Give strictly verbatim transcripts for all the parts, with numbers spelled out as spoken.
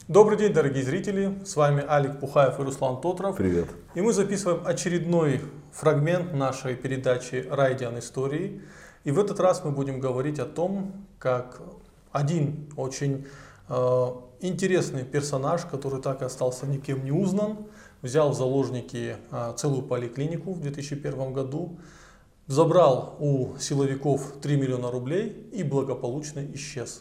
Добрый день, дорогие зрители, с вами Алик Пухаев и Руслан Тотров. Привет. И мы записываем очередной фрагмент нашей передачи «Райдиан Истории». И в этот раз мы будем говорить о том, как один очень э, интересный персонаж, который так и остался никем не узнан, взял в заложники э, целую поликлинику в две тысячи первом году, забрал у силовиков три миллиона рублей и благополучно исчез.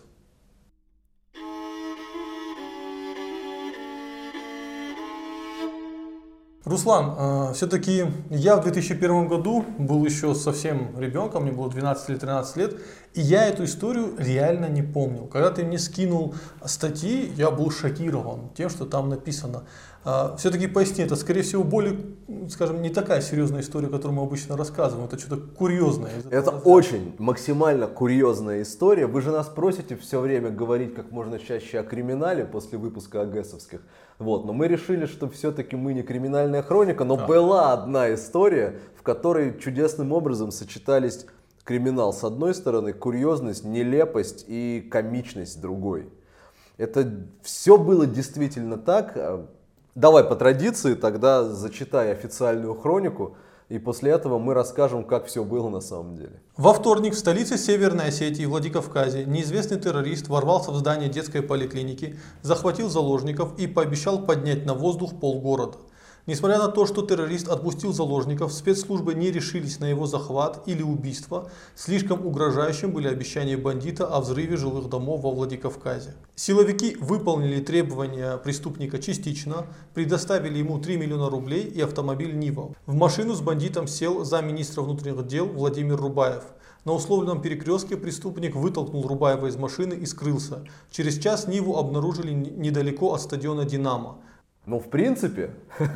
Руслан, все-таки я в две тысячи первом году был еще совсем ребенком, мне было двенадцать или тринадцать лет, и я эту историю реально не помнил. Когда ты мне скинул статьи, я был шокирован тем, что там написано. Все-таки поясни, это скорее всего более, скажем, не такая серьезная история, которую мы обычно рассказываем, это что-то курьезное. Это очень максимально курьезная история. Вы же нас просите все время говорить как можно чаще о криминале после выпуска АГСовских. Вот. Но мы решили, что все-таки мы не криминальная хроника, но а. была одна история, в которой чудесным образом сочетались криминал с одной стороны, курьезность, нелепость и комичность с другой. Это все было действительно так. Давай по традиции тогда зачитай официальную хронику, и после этого мы расскажем, как все было на самом деле. Во вторник в столице Северной Осетии, Владикавказе, неизвестный террорист ворвался в здание детской поликлиники, захватил заложников и пообещал поднять на воздух полгорода. Несмотря на то, что террорист отпустил заложников, спецслужбы не решились на его захват или убийство. Слишком угрожающим были обещания бандита о взрыве жилых домов во Владикавказе. Силовики выполнили требования преступника частично, предоставили ему три миллиона рублей и автомобиль Нива. В машину с бандитом сел замминистра внутренних дел Владимир Рубаев. На условленном перекрестке преступник вытолкнул Рубаева из машины и скрылся. Через час Ниву обнаружили недалеко от стадиона «Динамо». Ну, в принципе,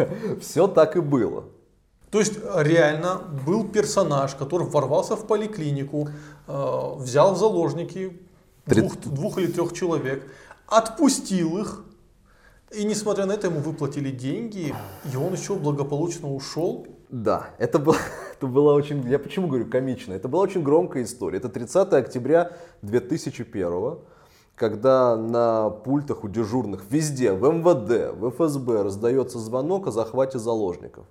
все так и было. То есть, реально был персонаж, который ворвался в поликлинику, э, взял в заложники двух, двух или трех человек, отпустил их, и несмотря на это ему выплатили деньги, и он еще благополучно ушел. Да, это было, это было очень, я почему говорю комично, это была очень громкая история. Это тридцатое октября две тысячи первого. Когда на пультах у дежурных везде, в эм вэ дэ, в эф эс бэ раздается звонок о захвате заложников.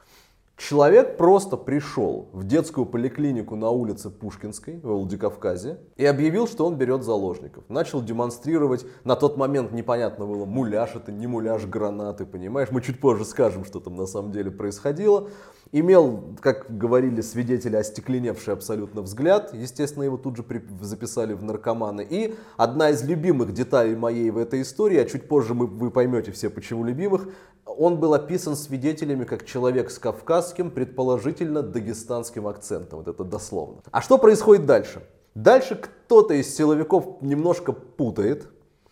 Человек просто пришел в детскую поликлинику на улице Пушкинской в Владикавказе и объявил, что он берет заложников. Начал демонстрировать, на тот момент непонятно было, муляж это, не муляж, гранаты, понимаешь? Мы чуть позже скажем, что там на самом деле происходило. Имел, как говорили свидетели, остекленевший абсолютно взгляд. Естественно, его тут же при... записали в наркоманы. И одна из любимых деталей моей в этой истории, а чуть позже мы, вы поймете все, почему любимых, он был описан свидетелями как человек с кавказским, предположительно дагестанским акцентом. Вот это дословно. А что происходит дальше? Дальше кто-то из силовиков немножко путает.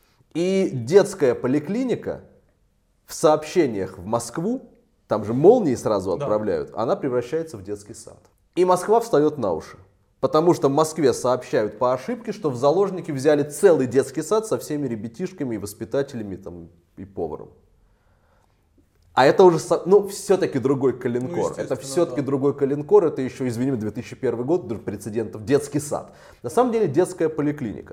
И детская поликлиника в сообщениях в Москву, там же молнии сразу отправляют, да. Она превращается в детский сад. И Москва встает на уши. Потому что в Москве сообщают по ошибке, что в заложники взяли целый детский сад со всеми ребятишками и воспитателями там, и поваром. А это уже, ну, все-таки другой коленкор. Ну, это все-таки да. другой коленкор. Это еще, извини, две тысячи первый год, даже прецедентов, детский сад. На самом деле детская поликлиника.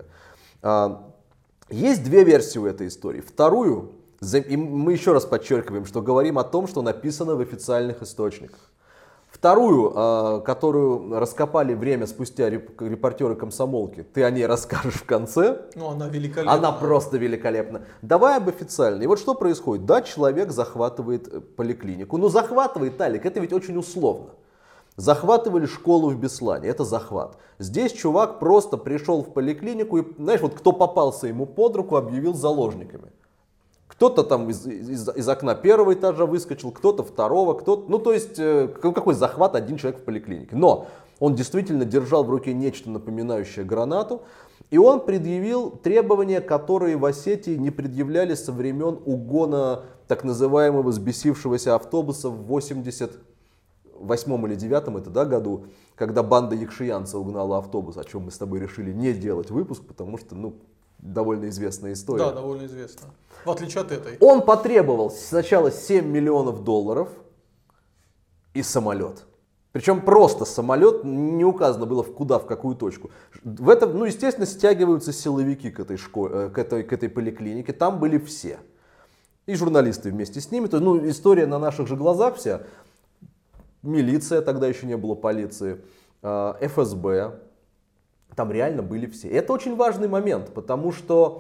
Есть две версии у этой истории. Вторую, и мы еще раз подчеркиваем, что говорим о том, что написано в официальных источниках. Вторую, которую раскопали время спустя репортеры «Комсомолки», ты о ней расскажешь в конце. Ну, она великолепна. Она просто великолепна. Давай об официальной. И вот что происходит. Да, человек захватывает поликлинику. Но захватывает, Алик, это ведь очень условно. Захватывали школу в Беслане, это захват. Здесь чувак просто пришел в поликлинику и, знаешь, вот кто попался ему под руку, объявил заложниками. Кто-то там из, из, из окна первого этажа выскочил, кто-то второго, кто-то... Ну, то есть, э, какой захват один человек в поликлинике. Но он действительно держал в руке нечто напоминающее гранату. И он предъявил требования, которые в Осетии не предъявлялись со времен угона так называемого взбесившегося автобуса в восемьдесят восьмом или девятом это, да, году, когда банда якшиянца угнала автобус, о чем мы с тобой решили не делать выпуск, потому что, ну, довольно известная история. Да, довольно известная. В отличие от этой. Он потребовал сначала семь миллионов долларов и самолет. Причем просто самолет, не указано было в куда, в какую точку. В этом, ну, естественно, стягиваются силовики к этой, школе, к этой, к этой поликлинике. Там были все. И журналисты вместе с ними. То есть, ну, история на наших же глазах вся. Милиция, тогда еще не было полиции, эф эс бэ. Там реально были все. И это очень важный момент, потому что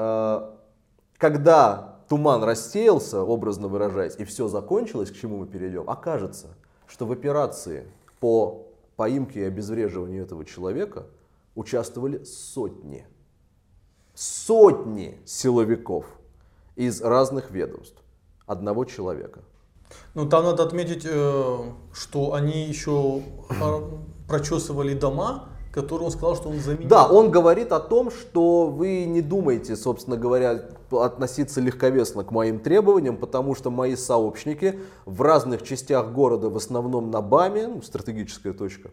когда туман рассеялся, образно выражаясь, и все закончилось, к чему мы перейдем, окажется, что в операции по поимке и обезвреживанию этого человека участвовали сотни, сотни силовиков из разных ведомств одного человека. Ну, там надо отметить, что они еще прочесывали дома, который он сказал, что он заменил. Да, он говорит о том, что вы не думаете, собственно говоря, относиться легковесно к моим требованиям, потому что мои сообщники в разных частях города, в основном на БАМе, ну, стратегическая точка,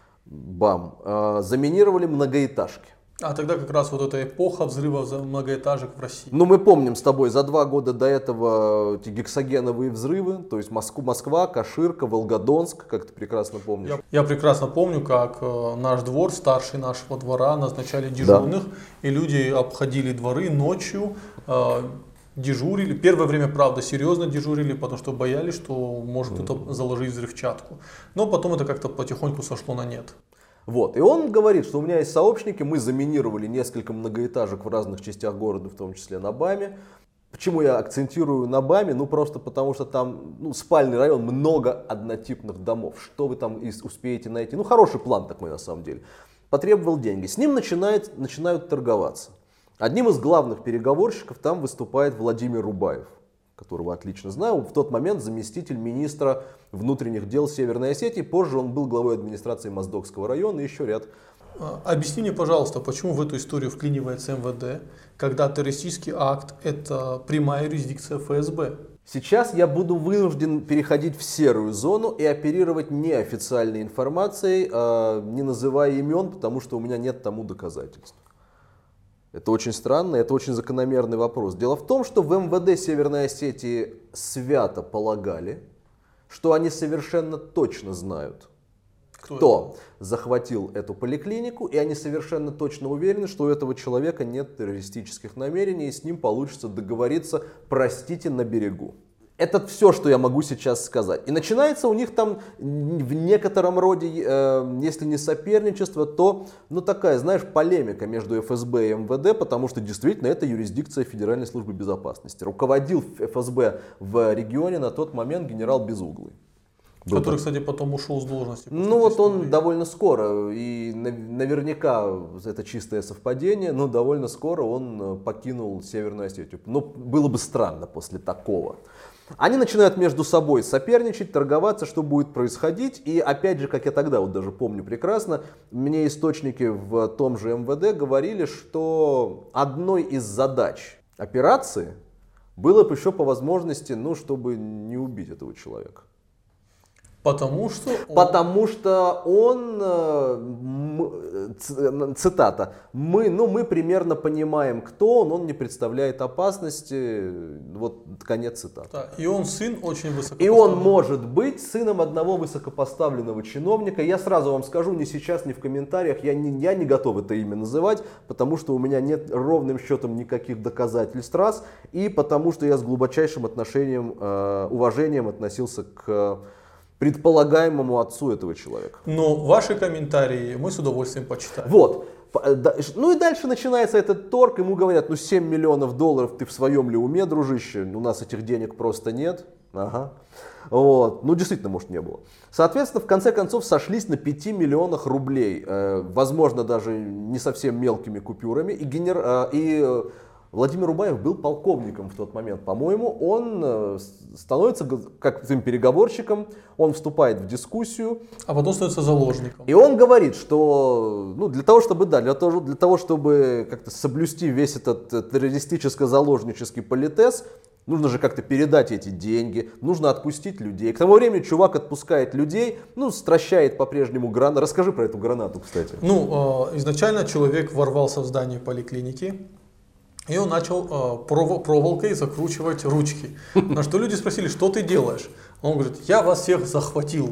БАМ, э, заминировали многоэтажки. А тогда как раз вот эта эпоха взрывов многоэтажек в России. Ну, мы помним с тобой, за два года до этого эти гексогеновые взрывы, то есть Москва, Москва, Каширка, Волгодонск, как ты прекрасно помнишь. Я, я прекрасно помню, как э, наш двор, старший нашего двора, назначали дежурных, да. И люди обходили дворы ночью, э, дежурили. Первое время, правда, серьезно дежурили, потому что боялись, что может mm-hmm. кто-то заложить взрывчатку. Но потом это как-то потихоньку сошло на нет. Вот. И он говорит, что у меня есть сообщники, мы заминировали несколько многоэтажек в разных частях города, в том числе на БАМе. Почему я акцентирую на БАМе? Ну просто потому что там ну, спальный район, много однотипных домов. Что вы там успеете найти? Ну хороший план такой на самом деле. Потребовал деньги. С ним начинает, начинают торговаться. Одним из главных переговорщиков там выступает Владимир Рубаев, которого отлично знаю. В тот момент заместитель министра внутренних дел Северной Осетии. Позже он был главой администрации Моздокского района и еще ряд. Объясни мне, пожалуйста, почему в эту историю вклинивается эм вэ дэ, когда террористический акт – это прямая юрисдикция эф эс бэ? Сейчас я буду вынужден переходить в серую зону и оперировать неофициальной информацией, не называя имен, потому что у меня нет тому доказательств. Это очень странно, это очень закономерный вопрос. Дело в том, что в эм вэ дэ Северной Осетии свято полагали, что они совершенно точно знают, кто, кто захватил эту поликлинику, и они совершенно точно уверены, что у этого человека нет террористических намерений, и с ним получится договориться, простите, на берегу. Это все, что я могу сейчас сказать. И начинается у них там в некотором роде, э, если не соперничество, то ну, такая, знаешь, полемика между эф эс бэ и эм вэ дэ, потому что действительно это юрисдикция Федеральной службы безопасности. Руководил эф эс бэ в регионе на тот момент генерал Безуглый. Был который, так. кстати, потом ушел с должности. Ну вот истории. Он довольно скоро, и наверняка это чистое совпадение, но довольно скоро он покинул Северную Осетию. Но было бы странно после такого. Они начинают между собой соперничать, торговаться, что будет происходить. И опять же, как я тогда вот даже помню прекрасно, мне источники в том же эм вэ дэ говорили, что одной из задач операции было бы еще по возможности, ну, чтобы не убить этого человека. Потому что он... Потому что он, цитата, мы, ну, мы примерно понимаем, кто он, он не представляет опасности, вот конец цитаты. Да, и он сын очень высокопоставленный. И он может быть сыном одного высокопоставленного чиновника. Я сразу вам скажу, ни сейчас, ни в комментариях, я не, я не готов это имя называть, потому что у меня нет ровным счетом никаких доказательств, раз, и потому что я с глубочайшим отношением, э, уважением относился к предполагаемому отцу этого человека. Но ваши комментарии мы с удовольствием почитаем. Вот. Ну и дальше начинается этот торг, ему говорят, ну семь миллионов долларов ты в своем ли уме, дружище, у нас этих денег просто нет. Ага. Вот. Ну действительно, может, не было. Соответственно, в конце концов сошлись на пяти миллионах рублей, э, возможно, даже не совсем мелкими купюрами, и, генер... э, и Владимир Рубаев был полковником в тот момент, по-моему, он становится как своим переговорщиком, он вступает в дискуссию. А потом становится заложником. И он говорит, что ну, для того, чтобы, да, для того, для того, чтобы как-то соблюсти весь этот террористическо-заложнический политез, нужно же как-то передать эти деньги, нужно отпустить людей. К тому времени чувак отпускает людей, ну, стращает по-прежнему гранату. Расскажи про эту гранату, кстати. Ну, изначально человек ворвался в здание поликлиники. И он начал э, проволокой закручивать ручки. На что люди спросили, что ты делаешь? Он говорит, я вас всех захватил.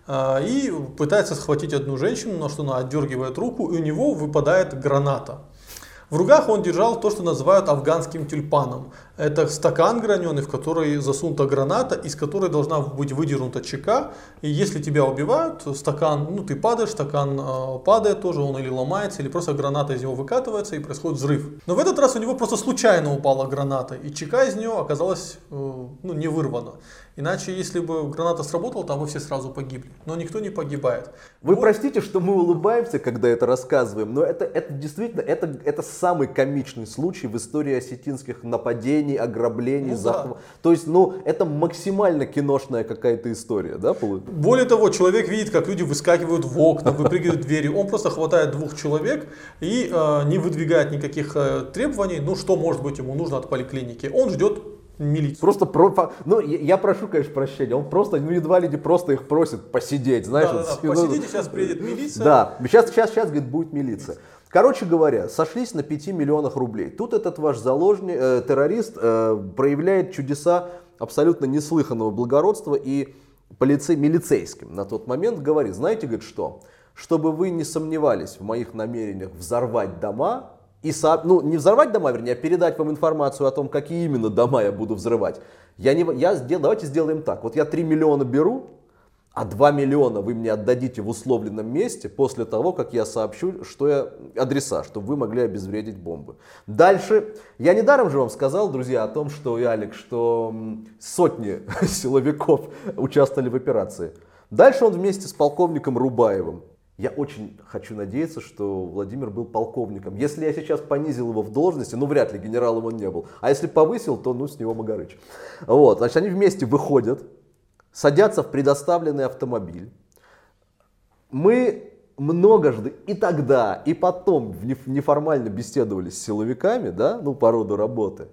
э, и пытается схватить одну женщину, на что она отдергивает руку, и у него выпадает граната. В руках он держал то, что называют афганским тюльпаном. Это стакан граненый, в который засунута граната, из которой должна быть выдернута чека. И если тебя убивают, стакан, ну ты падаешь, стакан э, падает тоже, он или ломается, или просто граната из него выкатывается и происходит взрыв. Но в этот раз у него просто случайно упала граната, и чека из нее оказалась э, ну, не вырвана. Иначе, если бы граната сработала, там бы все сразу погибли. Но никто не погибает. Вы вот. Простите, что мы улыбаемся, когда это рассказываем, но это, это действительно это, это самый комичный случай в истории осетинских нападений, ограблений, ну, захватов. Да. То есть, ну, это максимально киношная какая-то история, да, получается? Более того, человек видит, как люди выскакивают в окна, выпрыгивают в двери. Он просто хватает двух человек и э, не выдвигает никаких э, требований. Ну, что может быть ему нужно от поликлиники? Он ждет милицию. Просто, про, ну, я, я прошу, конечно, прощения, он просто, ну, едва ли не просто их просит посидеть, знаешь. Да, да, да. Вот, Посидите, сейчас приедет милиция. Да, сейчас, сейчас, сейчас, говорит, будет милиция. Короче говоря, сошлись на пяти миллионах рублей. Тут этот ваш заложник, э, террорист э, проявляет чудеса абсолютно неслыханного благородства и полицей, милицейским на тот момент говорит, знаете, говорит, что? Чтобы вы не сомневались в моих намерениях взорвать дома, и со, ну, не взорвать дома, вернее, а передать вам информацию о том, какие именно дома я буду взрывать. Я не, я, давайте сделаем так, вот я три миллиона беру, а два миллиона вы мне отдадите в условленном месте после того, как я сообщу, что я адреса, чтобы вы могли обезвредить бомбы. Дальше, я недаром же вам сказал, друзья, о том, что, Ялик, что сотни силовиков участвовали в операции. Дальше он вместе с полковником Рубаевым. Я очень хочу надеяться, что Владимир был полковником. Если я сейчас понизил его в должности, ну вряд ли генералом он не был. А если повысил, то ну с него Магарыч. Вот, значит, они вместе выходят. Садятся в предоставленный автомобиль. Мы многожды и тогда, и потом неформально беседовали с силовиками, да, ну по роду работы.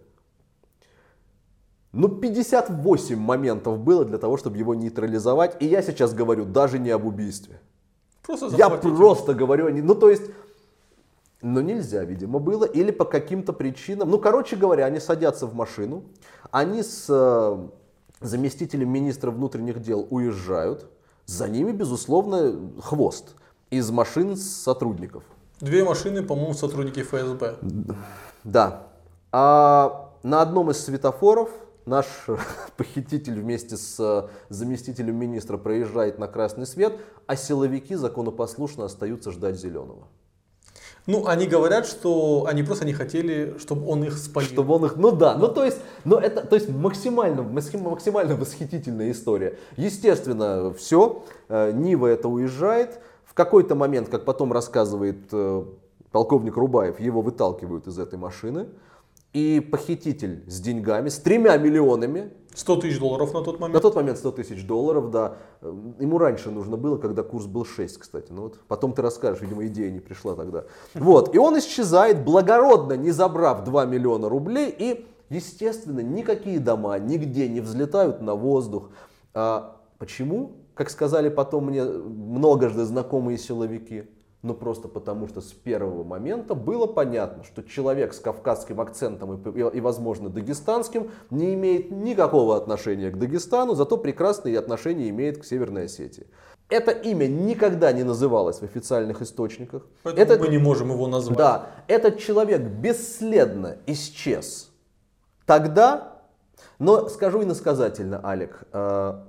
Ну пятьдесят восемь моментов было для того, чтобы его нейтрализовать. И я сейчас говорю даже не об убийстве. Просто я просто говорю, ну то есть, ну нельзя, видимо, было. Или по каким-то причинам. Ну короче говоря, они садятся в машину. Они с... заместителем министра внутренних дел уезжают, за ними, безусловно, хвост из машин сотрудников. Две машины, по-моему, сотрудники эф эс бэ. Да. А на одном из светофоров наш похититель вместе с заместителем министра проезжает на красный свет, а силовики законопослушно остаются ждать зеленого. Ну, они говорят, что они просто не хотели, чтобы он их спалил. Чтобы он их, ну да, ну то есть, ну это, то есть максимально, максимально восхитительная история. Естественно, все, Нива это уезжает. В какой-то момент, как потом рассказывает э, полковник Рубаев, его выталкивают из этой машины. И похититель с деньгами, с тремя миллионами. сто тысяч долларов на тот момент. На тот момент сто тысяч долларов, да. Ему раньше нужно было, когда курс был шесть, кстати. Ну вот, потом ты расскажешь, видимо, идея не пришла тогда. Вот. И он исчезает, благородно не забрав два миллиона рублей. И, естественно, никакие дома нигде не взлетают на воздух. А почему? Как сказали потом мне многожды знакомые силовики. Ну просто потому, что с первого момента было понятно, что человек с кавказским акцентом и, и, и, возможно, дагестанским не имеет никакого отношения к Дагестану, зато прекрасные отношения имеет к Северной Осетии. Это имя никогда не называлось в официальных источниках. Поэтому Этот, мы не можем его назвать. Да, этот человек бесследно исчез тогда, но скажу иносказательно, Алик, э,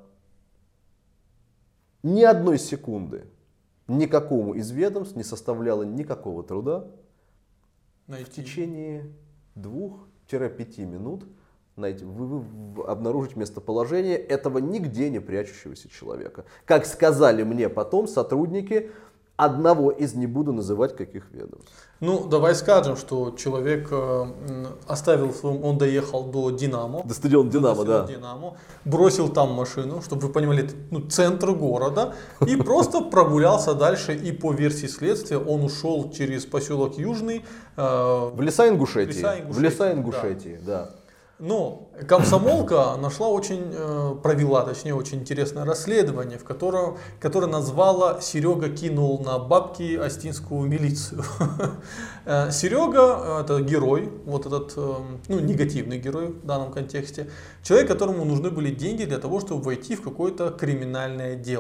ни одной секунды никакому из ведомств не составляло никакого труда найти. В течение двух-пяти минут найти, вы, вы, обнаружить местоположение этого нигде не прячущегося человека. Как сказали мне потом сотрудники одного из, не буду называть каких ведомств. Ну, давай скажем, что человек э, оставил, он доехал до Динамо. До стадиона Динамо, до да. Динамо, бросил там машину, чтобы вы понимали, это, ну, центр города, и просто прогулялся дальше. И по версии следствия он ушел через поселок Южный. Э, в леса Ингушетии. В леса Ингушетии, да. да. Но комсомолка нашла очень, э, провела, точнее, очень интересное расследование, в котором, которое назвала «Серега кинул на бабки остинскую милицию». Серега – это герой, вот этот, ну, негативный герой в данном контексте. Человек, которому нужны были деньги для того, чтобы войти в какое-то криминальное дело.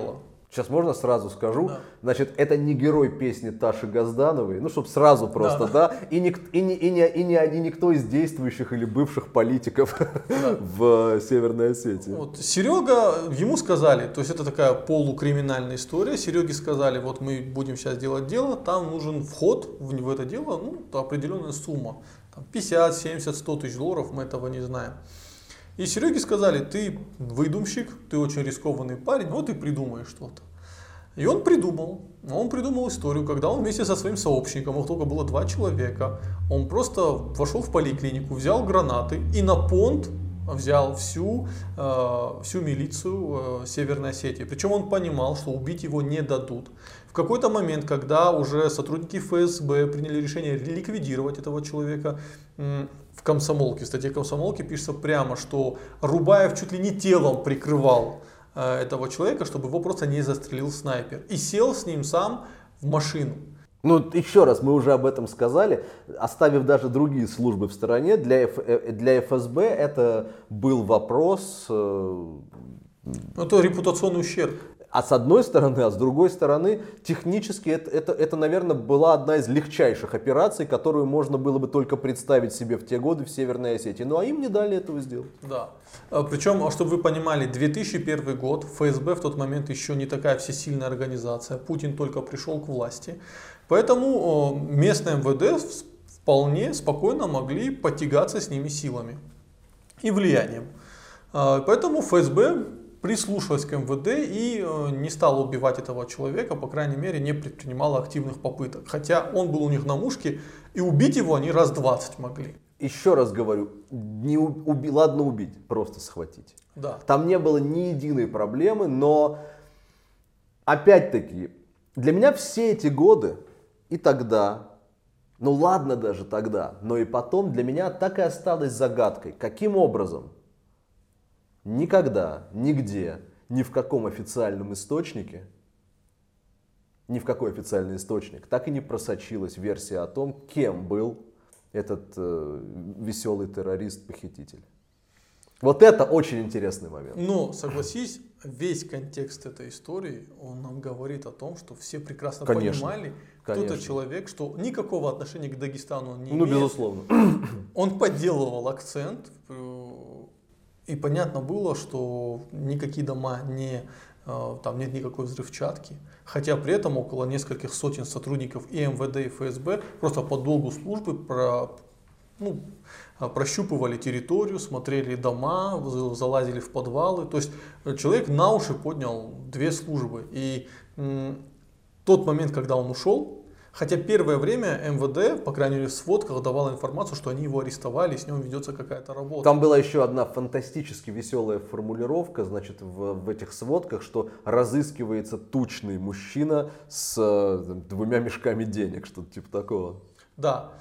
Сейчас можно сразу скажу? Да. Значит, это не герой песни Таши Газдановой, ну, чтобы сразу просто, да, да? И, ник, и, не, и, не, и, не, и никто из действующих или бывших политиков да. в Северной Осетии. Вот, Серега, ему сказали, то есть это такая полукриминальная история, Сереге сказали, вот мы будем сейчас делать дело, там нужен вход в, в это дело, ну, определенная сумма, там пятьдесят, семьдесят, сто тысяч долларов, мы этого не знаем. И Сереге сказали, ты выдумщик, ты очень рискованный парень, вот и придумай что-то. И он придумал, он придумал историю, когда он вместе со своим сообщником, их только было два человека, он просто вошел в поликлинику, взял гранаты и на понт взял всю, э, всю милицию э, Северной Осетии. Причем он понимал, что убить его не дадут. В какой-то момент, когда уже сотрудники эф эс бэ приняли решение ликвидировать этого человека, э, в комсомолке, в статье комсомолки пишется прямо, что Рубаев чуть ли не телом прикрывал э, этого человека, чтобы его просто не застрелил снайпер. И сел с ним сам в машину. Ну, еще раз, мы уже об этом сказали, оставив даже другие службы в стороне, для, Ф, для эф эс бэ это был вопрос... Э, это репутационный ущерб. А с одной стороны, а с другой стороны, технически это, это, это, наверное, была одна из легчайших операций, которую можно было бы только представить себе в те годы в Северной Осетии. Ну, а им не дали этого сделать. Да. Причем, чтобы вы понимали, две тысячи первый год, эф эс бэ в тот момент еще не такая всесильная организация, Путин только пришел к власти. Поэтому местные эм вэ дэ вполне спокойно могли потягаться с ними силами и влиянием. Поэтому эф эс бэ прислушалась к эм вэ дэ и не стала убивать этого человека, по крайней мере не предпринимала активных попыток. Хотя он был у них на мушке, и убить его они раз двадцать могли. Еще раз говорю, не уби, ладно убить, просто схватить. Да. Там не было ни единой проблемы, но опять-таки для меня все эти годы и тогда, ну ладно даже тогда, но и потом для меня так и осталось загадкой, каким образом никогда, нигде, ни в каком официальном источнике, ни в какой официальный источник так и не просочилась версия о том, кем был этот э, веселый террорист-похититель. Вот это очень интересный момент. Но, согласись, весь контекст этой истории, он нам говорит о том, что все прекрасно конечно, понимали, кто конечно. это человек, что никакого отношения к Дагестану он не ну, имеет. Ну, безусловно. Он подделывал акцент, и понятно было, что никакие дома не... Там нет никакой взрывчатки, хотя при этом около нескольких сотен сотрудников и эм вэ дэ, и эф эс бэ просто по долгу службы про, ну, прощупывали территорию, смотрели дома, залазили в подвалы. То есть человек на уши поднял две службы. И м, тот момент, когда он ушел, хотя первое время эм вэ дэ, по крайней мере в сводках, давала информацию, что они его арестовали, и с ним ведется какая-то работа. Там была еще одна фантастически веселая формулировка, значит, в, в этих сводках, что разыскивается тучный мужчина с там, двумя мешками денег, что-то типа такого. Да,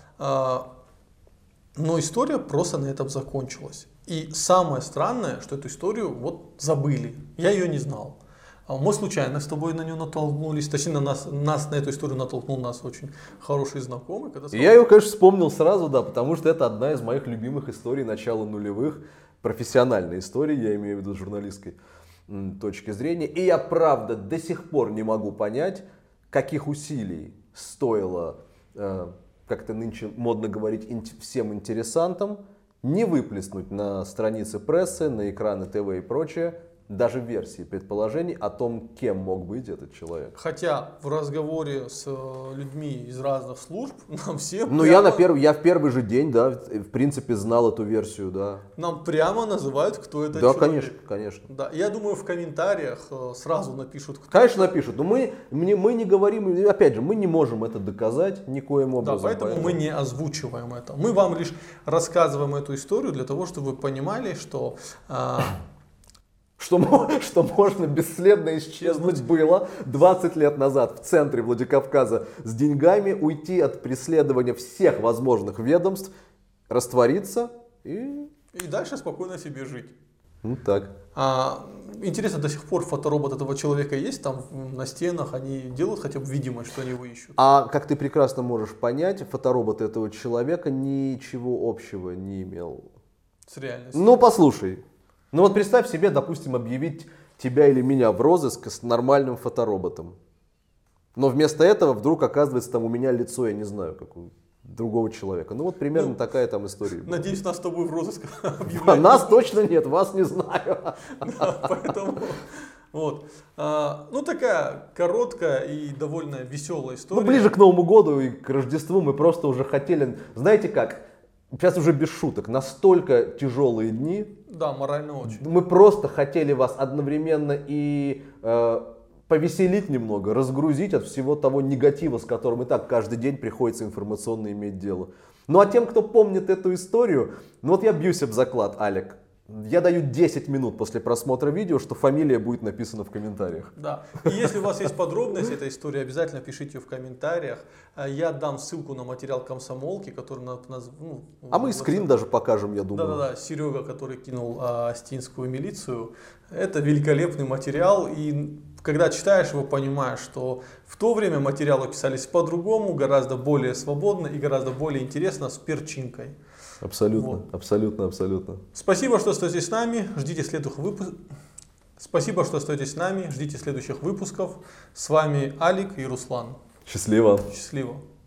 но история просто на этом закончилась. И самое странное, что эту историю вот забыли, я ее не знал. Мы случайно с тобой на нее натолкнулись, точнее на нас, нас на эту историю натолкнул нас очень хороший знакомый. Когда сказал... Я ее, конечно, вспомнил сразу, да, потому что это одна из моих любимых историй начала нулевых, профессиональной истории, я имею в виду с журналистской м, точки зрения. И я, правда, до сих пор не могу понять, каких усилий стоило, э, как это нынче модно говорить, ин- всем интересантам, не выплеснуть на страницы прессы, на экраны ТВ и прочее, даже версии предположений о том, кем мог быть этот человек. Хотя в разговоре с людьми из разных служб нам все Ну, прямо... я, на перв... я в первый же день, да, в принципе, знал эту версию, да. Нам прямо называют, кто это да, человек. Да, конечно, конечно. Да, я думаю, в комментариях сразу напишут, кто. Конечно, напишут, но мы, мы, мы не говорим, опять же, мы не можем это доказать никоим образом. Да, поэтому, поэтому мы не озвучиваем это. Мы вам лишь рассказываем эту историю для того, чтобы вы понимали, что... А... Что, что можно бесследно исчезнуть было двадцать лет назад в центре Владикавказа с деньгами, уйти от преследования всех возможных ведомств, раствориться и... И дальше спокойно себе жить. Ну так. А, интересно, до сих пор фоторобот этого человека есть там на стенах, они делают хотя бы видимость, что они его ищут? А как ты прекрасно можешь понять, фоторобот этого человека ничего общего не имел. С реальностью. Ну послушай. Ну вот представь себе, допустим, объявить тебя или меня в розыск с нормальным фотороботом. Но вместо этого вдруг оказывается там у меня лицо, я не знаю, как у другого человека. Ну вот примерно ну, такая там история была. Надеюсь, нас с тобой в розыск объявляют. А нас точно нет, вас не знаю. Да, поэтому... Вот. А, ну, такая короткая и довольно веселая история. Ну, ближе к Новому году и к Рождеству мы просто уже хотели... Знаете как, сейчас уже без шуток, настолько тяжелые дни. Да, морально очень. Мы просто хотели вас одновременно и э, повеселить немного, разгрузить от всего того негатива, с которым и так каждый день приходится информационно иметь дело. Ну, а тем, кто помнит эту историю, ну вот я бьюсь об заклад, Алек. Я даю десять минут после просмотра видео, что фамилия будет написана в комментариях. Да. И если у вас есть подробности этой истории, обязательно пишите ее в комментариях. Я дам ссылку на материал комсомолки, который... Ну, а мы и скрин даже покажем, я думаю. Да-да-да, Серега, который кинул а, Остинскую милицию. Это великолепный материал. И когда читаешь его, понимаешь, что в то время материалы писались по-другому, гораздо более свободно и гораздо более интересно, с перчинкой. Абсолютно, вот. абсолютно, абсолютно. Спасибо, что остаетесь с нами. Ждите следующих выпусков. Спасибо, что остаетесь с нами. Ждите следующих выпусков. С вами Алик и Руслан. Счастливо. Счастливо.